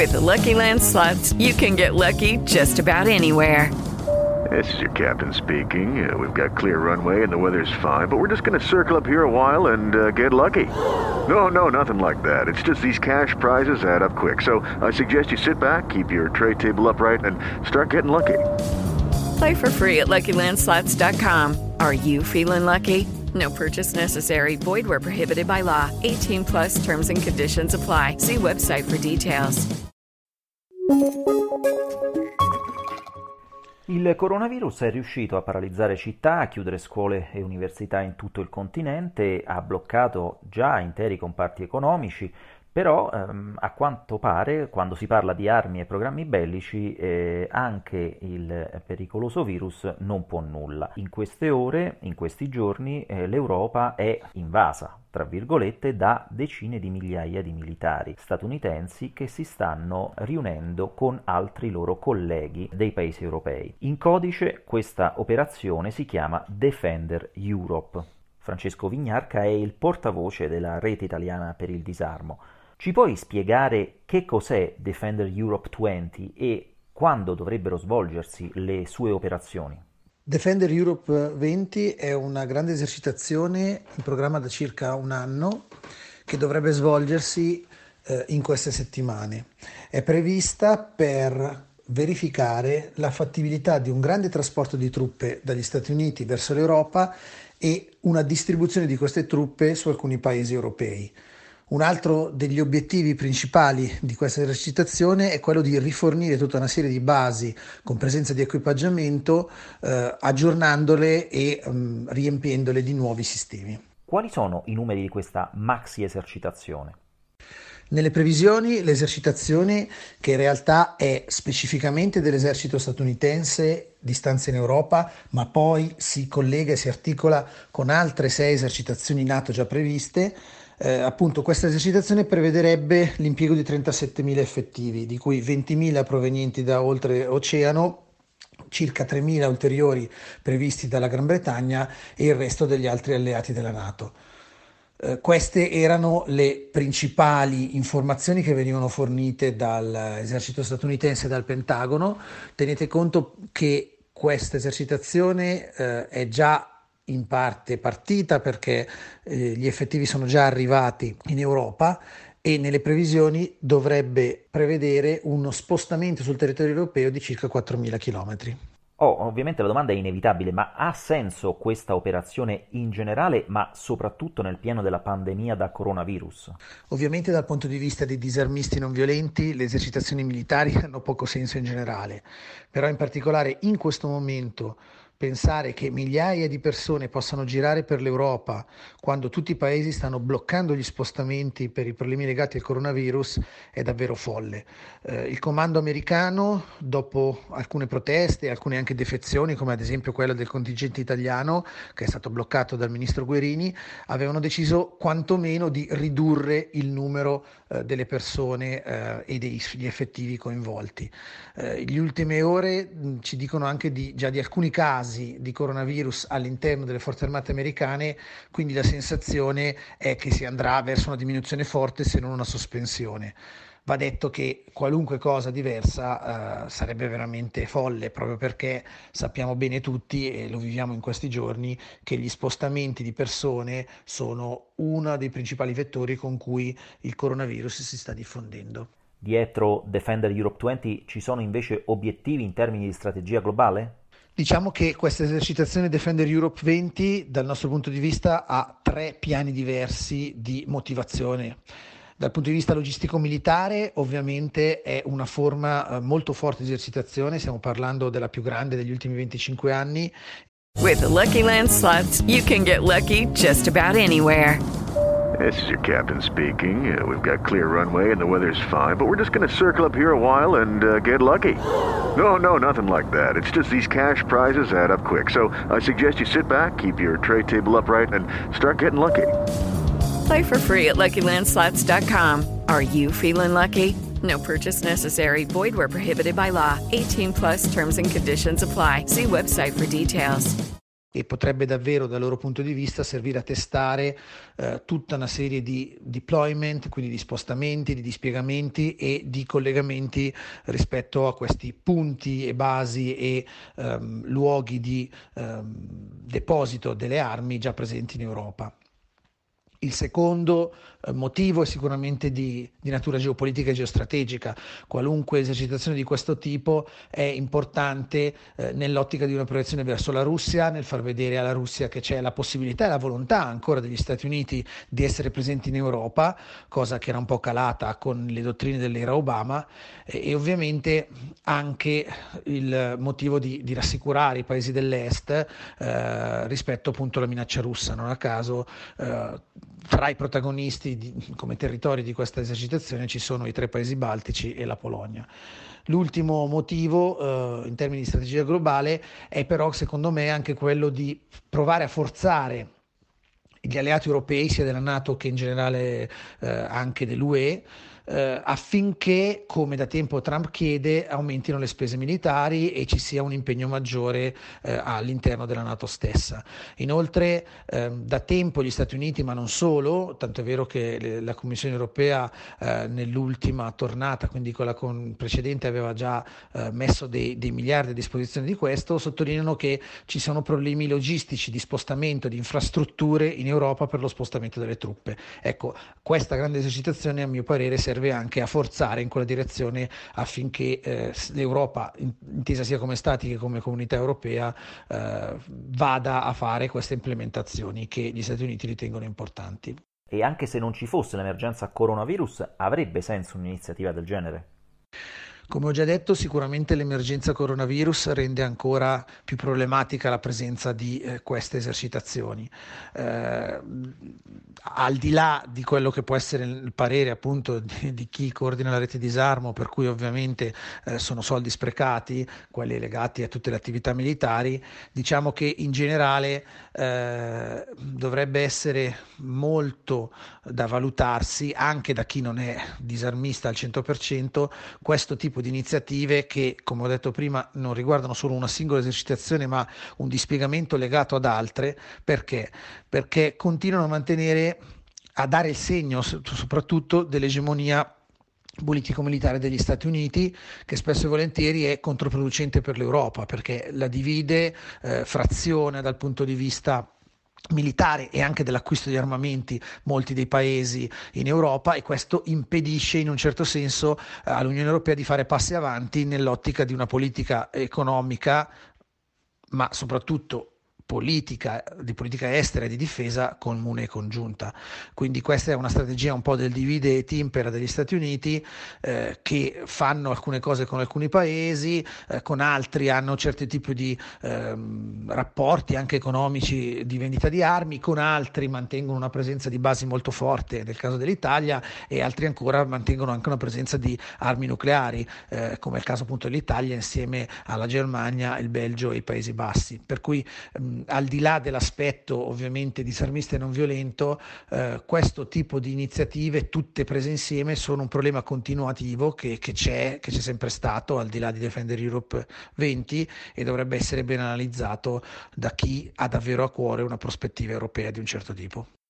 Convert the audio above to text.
With the Lucky Land Slots, you can get lucky just about anywhere. This is your captain speaking. We've got clear runway and the weather's fine, but we're just going to circle up here a while and get lucky. No, nothing like that. It's just these cash prizes add up quick. So I suggest you sit back, keep your tray table upright, and start getting lucky. Play for free at LuckyLandSlots.com. Are you feeling lucky? No purchase necessary. Void where prohibited by law. 18 plus terms and conditions apply. See website for details. Il coronavirus è riuscito a paralizzare città, a chiudere scuole e università in tutto il continente, ha bloccato già interi comparti economici, però a quanto pare, quando si parla di armi e programmi bellici, anche il pericoloso virus non può nulla. In queste ore, in questi giorni, l'Europa è invasa, tra virgolette, da decine di migliaia di militari statunitensi che si stanno riunendo con altri loro colleghi dei paesi europei. In codice questa operazione si chiama Defender Europe. Francesco Vignarca è il portavoce della rete italiana per il disarmo. Ci puoi spiegare che cos'è Defender Europe 20 e quando dovrebbero svolgersi le sue operazioni? Defender Europe 20 è una grande esercitazione in programma da circa un anno che dovrebbe svolgersi in queste settimane. È prevista per verificare la fattibilità di un grande trasporto di truppe dagli Stati Uniti verso l'Europa e una distribuzione di queste truppe su alcuni paesi europei. Un altro degli obiettivi principali di questa esercitazione è quello di rifornire tutta una serie di basi con presenza di equipaggiamento, aggiornandole e riempiendole di nuovi sistemi. Quali sono i numeri di questa maxi esercitazione? Nelle previsioni, l'esercitazione, che in realtà è specificamente dell'esercito statunitense di stanza in Europa, ma poi si collega e si articola con altre 6 esercitazioni NATO già previste. Appunto questa esercitazione prevederebbe l'impiego di 37.000 effettivi, di cui 20.000 provenienti da oltreoceano, circa 3.000 ulteriori previsti dalla Gran Bretagna e il resto degli altri alleati della NATO. Queste erano le principali informazioni che venivano fornite dall'esercito statunitense e dal Pentagono. Tenete conto che questa esercitazione è già in parte partita perché gli effettivi sono già arrivati in Europa e nelle previsioni dovrebbe prevedere uno spostamento sul territorio europeo di circa 4.000 chilometri. Ovviamente la domanda è inevitabile, ma ha senso questa operazione in generale, ma soprattutto nel pieno della pandemia da coronavirus? Ovviamente dal punto di vista dei disarmisti non violenti le esercitazioni militari hanno poco senso in generale, però in particolare in questo momento pensare che migliaia di persone possano girare per l'Europa quando tutti i paesi stanno bloccando gli spostamenti per i problemi legati al coronavirus è davvero folle. Il comando americano, dopo alcune proteste e alcune anche defezioni, come ad esempio quella del contingente italiano che è stato bloccato dal ministro Guerini, avevano deciso quantomeno di ridurre il numero delle persone e degli effettivi coinvolti. Le ultime ore ci dicono anche già di alcuni casi di coronavirus all'interno delle forze armate americane, quindi la sensazione è che si andrà verso una diminuzione forte se non una sospensione. Va detto che qualunque cosa diversa sarebbe veramente folle, proprio perché sappiamo bene tutti, e lo viviamo in questi giorni, che gli spostamenti di persone sono uno dei principali vettori con cui il coronavirus si sta diffondendo. Dietro Defender Europe 20 ci sono invece obiettivi in termini di strategia globale? Diciamo che questa esercitazione Defender Europe 20 dal nostro punto di vista ha 3 piani diversi di motivazione. Dal punto di vista logistico-militare ovviamente è una forma molto forte di esercitazione, stiamo parlando della più grande degli ultimi 25 anni. With the Lucky Land Slots, you can get lucky just about anywhere. This is your captain speaking. We've got clear runway and the weather's fine, but we're just going to circle up here a while and get lucky. No, nothing like that. It's just these cash prizes add up quick. So I suggest you sit back, keep your tray table upright, and start getting lucky. Play for free at LuckyLandSlots.com. Are you feeling lucky? No purchase necessary. Void where prohibited by law. 18 plus terms and conditions apply. See website for details. e potrebbe davvero dal loro punto di vista servire a testare tutta una serie di deployment, quindi di spostamenti, di dispiegamenti e di collegamenti rispetto a questi punti e basi e luoghi di deposito delle armi già presenti in Europa. Il secondo motivo è sicuramente di natura geopolitica e geostrategica. Qualunque esercitazione di questo tipo è importante nell'ottica di una proiezione verso la Russia, nel far vedere alla Russia che c'è la possibilità e la volontà ancora degli Stati Uniti di essere presenti in Europa, cosa che era un po' calata con le dottrine dell'era Obama, e ovviamente anche il motivo di rassicurare i paesi dell'Est rispetto appunto alla minaccia russa. Non a caso fra i protagonisti come territori di questa esercitazione ci sono i 3 paesi baltici e la Polonia. L'ultimo motivo in termini di strategia globale è però secondo me anche quello di provare a forzare gli alleati europei sia della NATO che in generale anche dell'UE affinché, come da tempo Trump chiede, aumentino le spese militari e ci sia un impegno maggiore all'interno della NATO stessa. Inoltre da tempo gli Stati Uniti, ma non solo, tanto è vero che la Commissione europea nell'ultima tornata, quindi quella precedente, aveva già messo dei miliardi a disposizione di questo, sottolineano che ci sono problemi logistici di spostamento di infrastrutture in Europa per lo spostamento delle truppe. Ecco, questa grande esercitazione a mio parere serve anche a forzare in quella direzione affinché l'Europa, intesa sia come Stati che come comunità europea, vada a fare queste implementazioni che gli Stati Uniti ritengono importanti. E anche se non ci fosse l'emergenza coronavirus, avrebbe senso un'iniziativa del genere? Come ho già detto, sicuramente l'emergenza coronavirus rende ancora più problematica la presenza di queste esercitazioni. Al di là di quello che può essere il parere appunto di chi coordina la rete disarmo, per cui ovviamente sono soldi sprecati, quelli legati a tutte le attività militari, diciamo che in generale dovrebbe essere molto da valutarsi anche da chi non è disarmista al 100% questo tipo di iniziative che, come ho detto prima, non riguardano solo una singola esercitazione ma un dispiegamento legato ad altre. Perché continuano a dare il segno soprattutto dell'egemonia politico-militare degli Stati Uniti, che spesso e volentieri è controproducente per l'Europa, perché la divide, fraziona dal punto di vista militare e anche dell'acquisto di armamenti molti dei paesi in Europa, e questo impedisce in un certo senso all'Unione Europea di fare passi avanti nell'ottica di una politica economica, ma soprattutto di politica estera e di difesa comune e congiunta. Quindi questa è una strategia un po' del divide et impera degli Stati Uniti, che fanno alcune cose con alcuni paesi, con altri hanno certi tipi di rapporti anche economici di vendita di armi, con altri mantengono una presenza di basi molto forte nel caso dell'Italia, e altri ancora mantengono anche una presenza di armi nucleari, come è il caso appunto dell'Italia insieme alla Germania, il Belgio e i Paesi Bassi. Per cui al di là dell'aspetto ovviamente disarmista e non violento, questo tipo di iniziative tutte prese insieme sono un problema continuativo che c'è sempre stato, al di là di Defender Europe 20, e dovrebbe essere ben analizzato da chi ha davvero a cuore una prospettiva europea di un certo tipo.